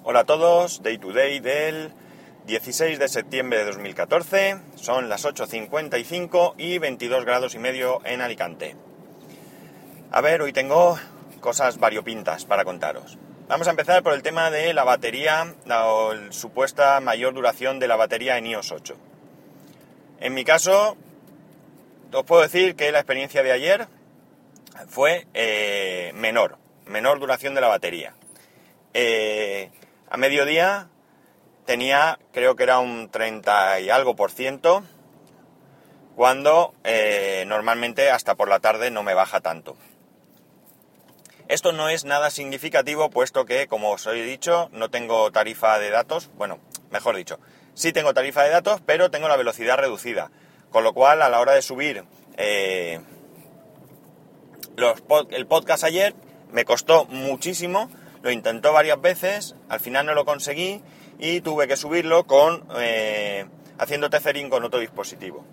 Hola a todos, Day to Day del 16 de septiembre de 2014, son las 8:55 y 22 grados y medio en Alicante. A ver, hoy tengo cosas variopintas para contaros. Vamos a empezar por el tema de la batería, la supuesta mayor duración de la batería en iOS 8. En mi caso, os puedo decir que la experiencia de ayer fue menor duración de la batería. A mediodía tenía, creo que era un 30 y algo por ciento, cuando normalmente hasta por la tarde no me baja tanto. Esto no es nada significativo, puesto que, como os he dicho, no tengo tarifa de datos. Bueno, mejor dicho, sí tengo tarifa de datos, pero tengo la velocidad reducida. Con lo cual, a la hora de subir el podcast ayer, me costó muchísimo. Lo intentó varias veces, al final no lo conseguí y tuve que subirlo haciendo tethering con otro dispositivo.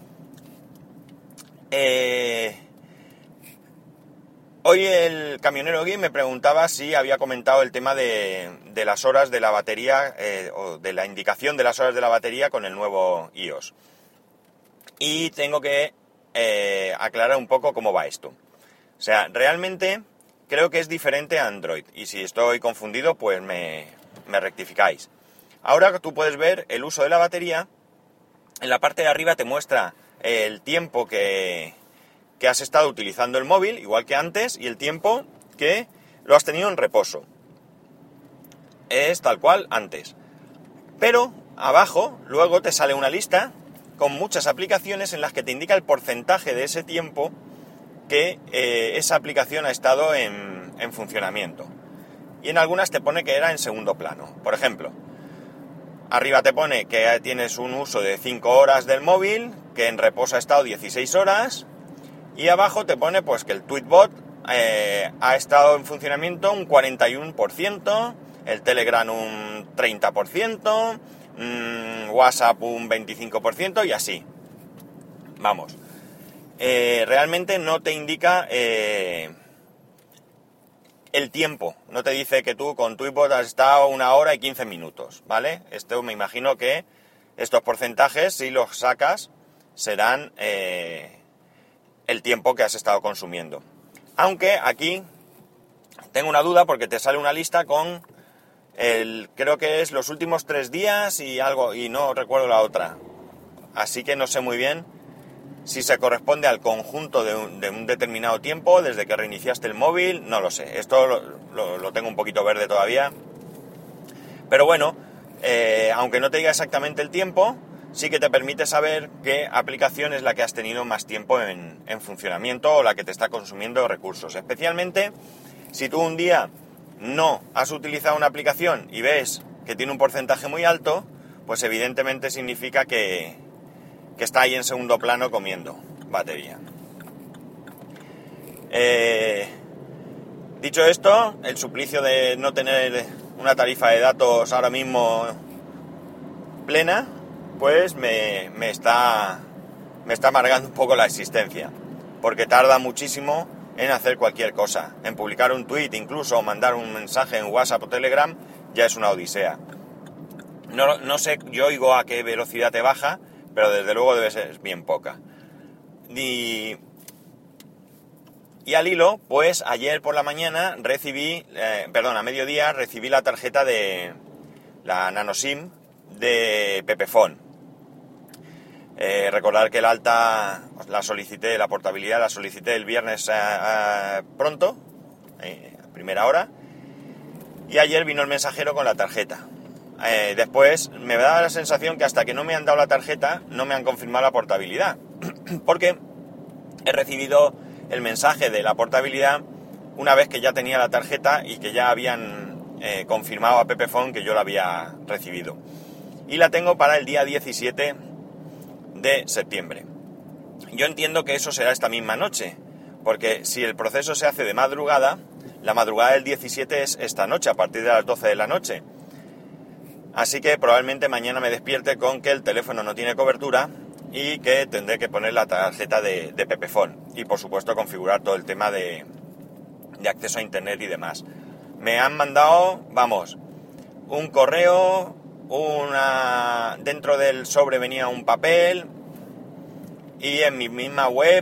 Hoy el camionero Gui me preguntaba si había comentado el tema de las horas de la batería o de la indicación de las horas de la batería con el nuevo iOS. Y tengo que aclarar un poco cómo va esto. O sea, realmente creo que es diferente a Android. Y si estoy confundido, pues me rectificáis. Ahora tú puedes ver el uso de la batería. En la parte de arriba te muestra el tiempo que has estado utilizando el móvil, igual que antes, y el tiempo que lo has tenido en reposo. Es tal cual antes. Pero abajo luego te sale una lista con muchas aplicaciones en las que te indica el porcentaje de ese tiempo que esa aplicación ha estado en funcionamiento. Y en algunas te pone que era en segundo plano. Por ejemplo, arriba te pone que tienes un uso de 5 horas del móvil, que en reposo ha estado 16 horas, y abajo te pone pues que el Tweetbot ha estado en funcionamiento un 41%, el Telegram un 30%, WhatsApp un 25% y así. Vamos. Realmente no te indica el tiempo, no te dice que tú con Tweetbot has estado 1 hora y 15 minutos, ¿vale? Esto me imagino que estos porcentajes, si los sacas, serán el tiempo que has estado consumiendo. Aunque aquí tengo una duda porque te sale una lista con creo que es los últimos 3 días y algo, y no recuerdo la otra. Así que no sé muy bien si se corresponde al conjunto de un determinado tiempo, desde que reiniciaste el móvil, no lo sé. Esto lo tengo un poquito verde todavía. Pero bueno, aunque no te diga exactamente el tiempo, sí que te permite saber qué aplicación es la que has tenido más tiempo en funcionamiento o la que te está consumiendo recursos. Especialmente si tú un día no has utilizado una aplicación y ves que tiene un porcentaje muy alto, pues evidentemente significa que está ahí en segundo plano comiendo batería. Dicho esto, el suplicio de no tener una tarifa de datos ahora mismo plena, pues me está amargando un poco la existencia, porque tarda muchísimo en hacer cualquier cosa. En publicar un tweet, incluso mandar un mensaje en WhatsApp o Telegram, ya es una odisea. No sé, yo oigo a qué velocidad te baja, pero desde luego debe ser bien poca. Y al hilo, pues ayer por la mañana a mediodía recibí la tarjeta de la NanoSIM de Pepephone. Recordar que el alta la portabilidad la solicité el viernes pronto, a primera hora, y ayer vino el mensajero con la tarjeta. Después me da la sensación que hasta que no me han dado la tarjeta no me han confirmado la portabilidad, porque he recibido el mensaje de la portabilidad una vez que ya tenía la tarjeta y que ya habían confirmado a Pepephone que yo la había recibido. Y la tengo para el día 17 de septiembre. Yo entiendo que eso será esta misma noche, porque si el proceso se hace de madrugada, la madrugada del 17 es esta noche, a partir de las 12 de la noche. Así que probablemente mañana me despierte con que el teléfono no tiene cobertura y que tendré que poner la tarjeta de Pepephone y por supuesto configurar todo el tema de acceso a internet y demás. Me han mandado, un correo, dentro del sobre venía un papel, y en mi misma web,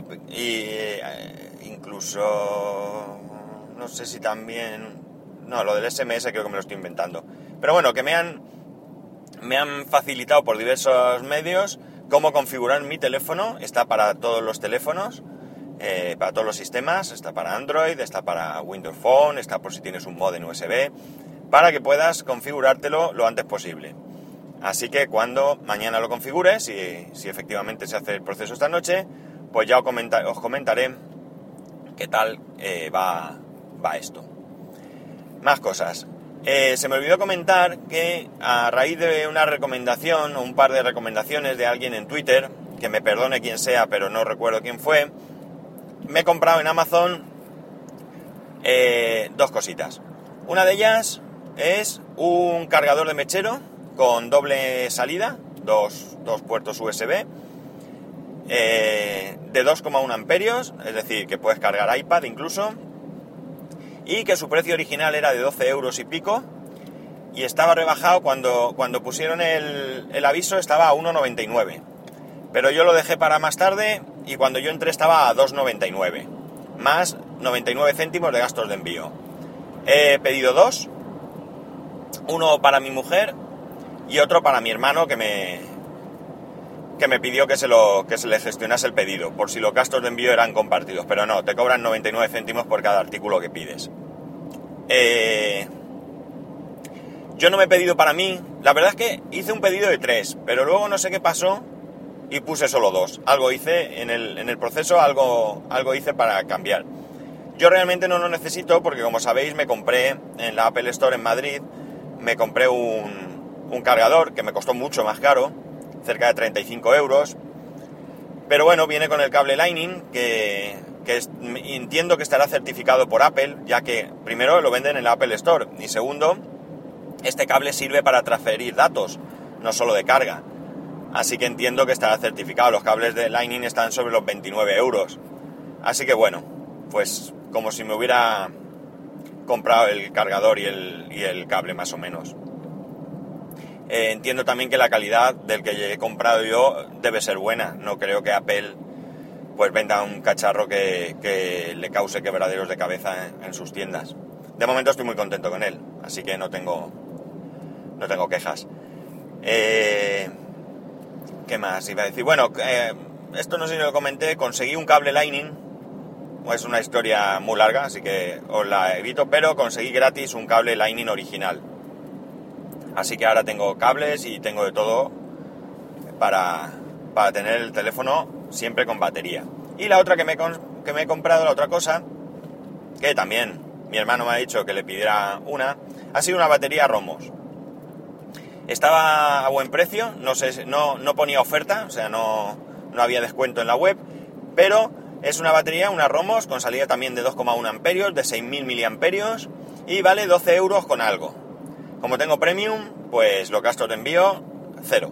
incluso, no sé si también, no, lo del SMS creo que me lo estoy inventando, pero bueno, que me han facilitado por diversos medios cómo configurar mi teléfono. Está para todos los teléfonos, para todos los sistemas, está para Android, está para Windows Phone, está por si tienes un modem USB, para que puedas configurártelo lo antes posible. Así que cuando mañana lo configures, si efectivamente se hace el proceso esta noche, pues ya os comentaré qué tal va esto. Más cosas. Se me olvidó comentar que a raíz de una recomendación o un par de recomendaciones de alguien en Twitter, que me perdone quien sea, pero no recuerdo quién fue, me he comprado en Amazon dos cositas. Una de ellas es un cargador de mechero con doble salida, dos puertos USB, de 2,1 amperios, es decir, que puedes cargar iPad incluso, y que su precio original era de 12 euros y pico, y estaba rebajado cuando pusieron el aviso, estaba a 1,99, pero yo lo dejé para más tarde y cuando yo entré estaba a 2,99, más 99 céntimos de gastos de envío. He pedido dos, uno para mi mujer y otro para mi hermano que me pidió que se le gestionase el pedido, por si los gastos de envío eran compartidos, pero no, te cobran 99 céntimos por cada artículo que pides. Yo no me he pedido para mí, la verdad es que hice un pedido de 3, pero luego no sé qué pasó y puse solo 2. Algo hice en el proceso, algo hice para cambiar. Yo realmente no lo necesito porque, como sabéis, me compré en la Apple Store en Madrid, me compré un cargador que me costó mucho más caro, cerca de 35 euros, pero bueno, viene con el cable Lightning que entiendo que estará certificado por Apple, ya que primero lo venden en la Apple Store y segundo, este cable sirve para transferir datos, no solo de carga, así que entiendo que estará certificado. Los cables de Lightning están sobre los 29 euros, así que bueno, pues como si me hubiera comprado el cargador y el cable más o menos. Entiendo también que la calidad del que he comprado yo debe ser buena. No creo que Apple pues venda un cacharro que le cause quebraderos de cabeza en sus tiendas. De momento estoy muy contento con él, así que no tengo quejas. ¿Qué más iba a decir? Bueno, esto no sé si lo comenté, conseguí un cable Lightning. Es una historia muy larga, así que os la evito, pero conseguí gratis un cable Lightning original. Así que ahora tengo cables y tengo de todo para tener el teléfono siempre con batería. Y la otra que me he comprado, la otra cosa, que también mi hermano me ha dicho que le pidiera una, ha sido una batería Romos. Estaba a buen precio, no ponía oferta, o sea, no había descuento en la web, pero es una batería, una Romos, con salida también de 2,1 amperios, de 6.000 miliamperios, y vale 12 euros con algo. Como tengo Premium, pues los gastos de envío, cero.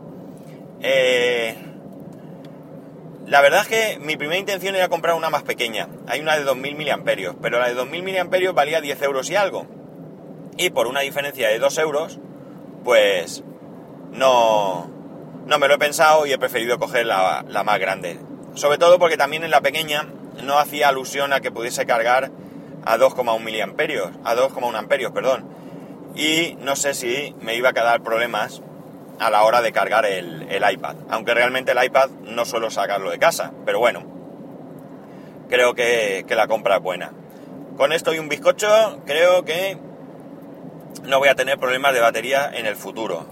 La verdad es que mi primera intención era comprar una más pequeña. Hay una de 2.000 miliamperios, pero la de 2.000 miliamperios valía 10 euros y algo. Y por una diferencia de 2 euros, pues no me lo he pensado y he preferido coger la más grande. Sobre todo porque también en la pequeña no hacía alusión a que pudiese cargar a 2,1 amperios, perdón. Y no sé si me iba a quedar problemas a la hora de cargar el iPad, aunque realmente el iPad no suelo sacarlo de casa, pero bueno, creo que la compra es buena. Con esto y un bizcocho creo que no voy a tener problemas de batería en el futuro.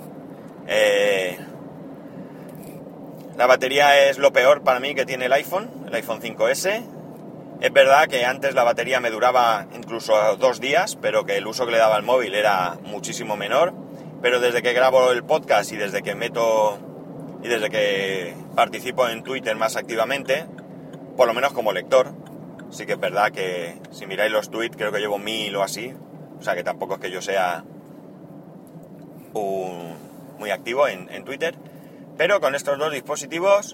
La batería es lo peor para mí que tiene el iPhone 5S. Es verdad que antes la batería me duraba incluso 2 días, pero que el uso que le daba al móvil era muchísimo menor. Pero desde que grabo el podcast y desde que participo en Twitter más activamente, por lo menos como lector, sí que es verdad que si miráis los tweets creo que llevo 1000 o así, o sea que tampoco es que yo sea muy activo en Twitter, pero con estos dos dispositivos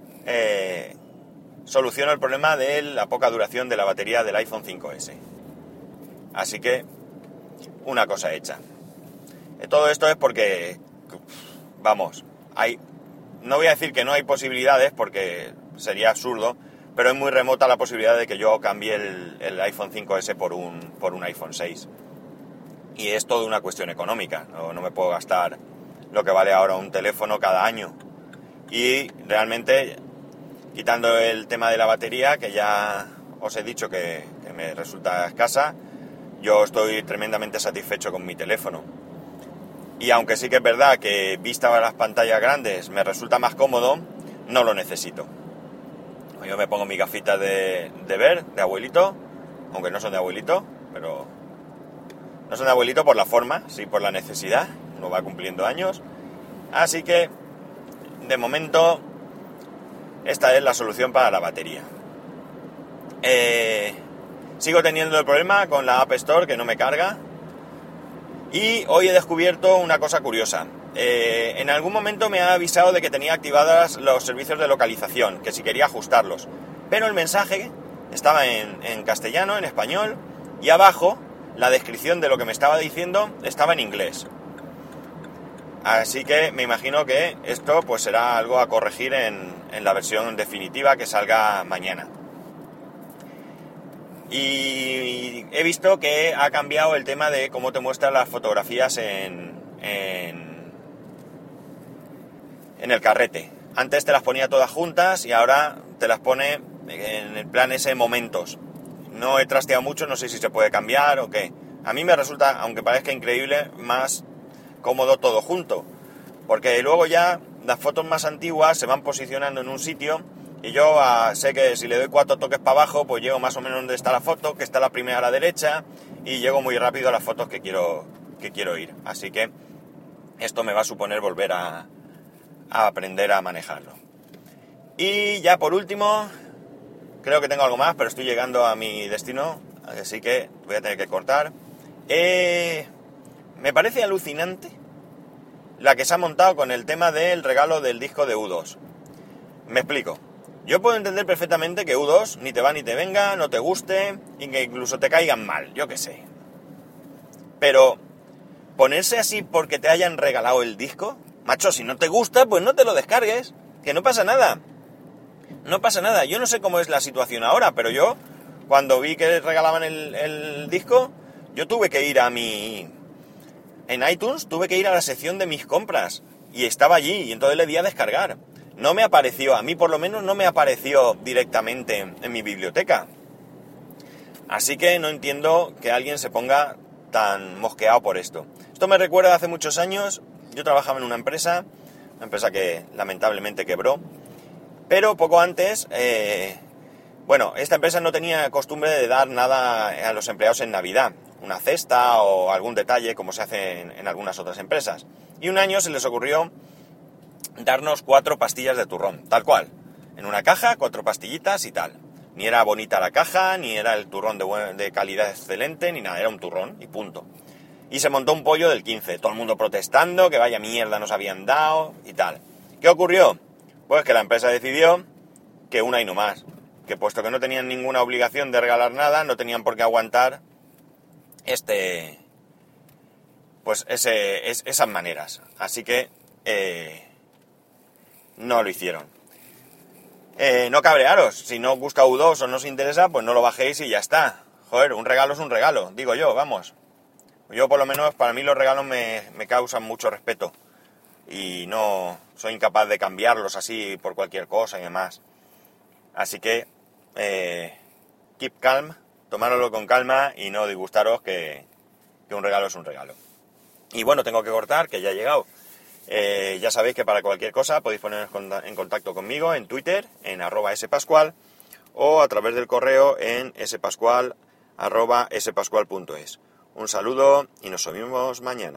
soluciono el problema de la poca duración de la batería del iPhone 5S. Así que una cosa hecha. Todo esto es porque, vamos, no voy a decir que no hay posibilidades porque sería absurdo, pero es muy remota la posibilidad de que yo cambie el iPhone 5S por un iPhone 6. Y es todo una cuestión económica, no me puedo gastar lo que vale ahora un teléfono cada año. Y realmente, quitando el tema de la batería, que ya os he dicho que me resulta escasa, yo estoy tremendamente satisfecho con mi teléfono. Y aunque sí que es verdad que vista a las pantallas grandes me resulta más cómodo, no lo necesito. Yo me pongo mis gafitas de ver, de abuelito, aunque no son de abuelito, pero no son de abuelito por la forma, sí por la necesidad, uno va cumpliendo años. Así que, de momento, esta es la solución para la batería. Sigo teniendo el problema con la App Store que no me carga. Y hoy he descubierto una cosa curiosa. En algún momento me ha avisado de que tenía activados los servicios de localización, que si quería ajustarlos. Pero el mensaje estaba en castellano, en español, y abajo la descripción de lo que me estaba diciendo estaba en inglés. Así que me imagino que esto pues será algo a corregir en la versión definitiva que salga mañana. Y he visto que ha cambiado el tema de cómo te muestran las fotografías en el carrete. Antes te las ponía todas juntas y ahora te las pone en el plan ese momentos. No he trasteado mucho, no sé si se puede cambiar o qué. A mí me resulta, aunque parezca increíble, más cómodo todo junto. Porque luego ya las fotos más antiguas se van posicionando en un sitio y yo sé que si le doy 4 toques para abajo, pues llego más o menos donde está la foto, que está la primera a la derecha, y llego muy rápido a las fotos que quiero ir. Así que esto me va a suponer volver a aprender a manejarlo. Y ya por último, creo que tengo algo más, pero estoy llegando a mi destino, así que voy a tener que cortar. Me parece alucinante la que se ha montado con el tema del regalo del disco de U2. Me explico. Yo puedo entender perfectamente que U2 ni te va ni te venga, no te guste y que incluso te caigan mal, yo qué sé. Pero ponerse así porque te hayan regalado el disco, macho, si no te gusta, pues no te lo descargues, que no pasa nada. No pasa nada. Yo no sé cómo es la situación ahora, pero yo, cuando vi que regalaban el disco, yo tuve que ir en iTunes tuve que ir a la sección de mis compras y estaba allí y entonces le di a descargar. No me apareció, a mí por lo menos no me apareció directamente en mi biblioteca. Así que no entiendo que alguien se ponga tan mosqueado por esto. Esto me recuerda hace muchos años, yo trabajaba en una empresa que lamentablemente quebró, pero poco antes, esta empresa no tenía costumbre de dar nada a los empleados en Navidad, una cesta o algún detalle como se hace en algunas otras empresas. Y un año se les ocurrió darnos 4 pastillas de turrón, tal cual, en una caja, 4 pastillitas y tal. Ni era bonita la caja, ni era el turrón de calidad excelente, ni nada, era un turrón y punto. Y se montó un pollo del 15, todo el mundo protestando, que vaya mierda nos habían dado y tal. ¿Qué ocurrió? Pues que la empresa decidió que una y no más, que puesto que no tenían ninguna obligación de regalar nada, no tenían por qué aguantar esas maneras. Así que no lo hicieron. No cabrearos, si no os gusta U2 o no os interesa, pues no lo bajéis y ya está. Joder, un regalo es un regalo, digo yo, vamos. Yo por lo menos, para mí los regalos me causan mucho respeto. Y no soy incapaz de cambiarlos así por cualquier cosa y demás. Así que, keep calm, tomároslo con calma y no disgustaros que un regalo es un regalo. Y bueno, tengo que cortar, que ya he llegado. Ya sabéis que para cualquier cosa podéis poneros en contacto conmigo en Twitter, en @spascual, o a través del correo en spascual@spascual.es. Un saludo y nos vemos mañana.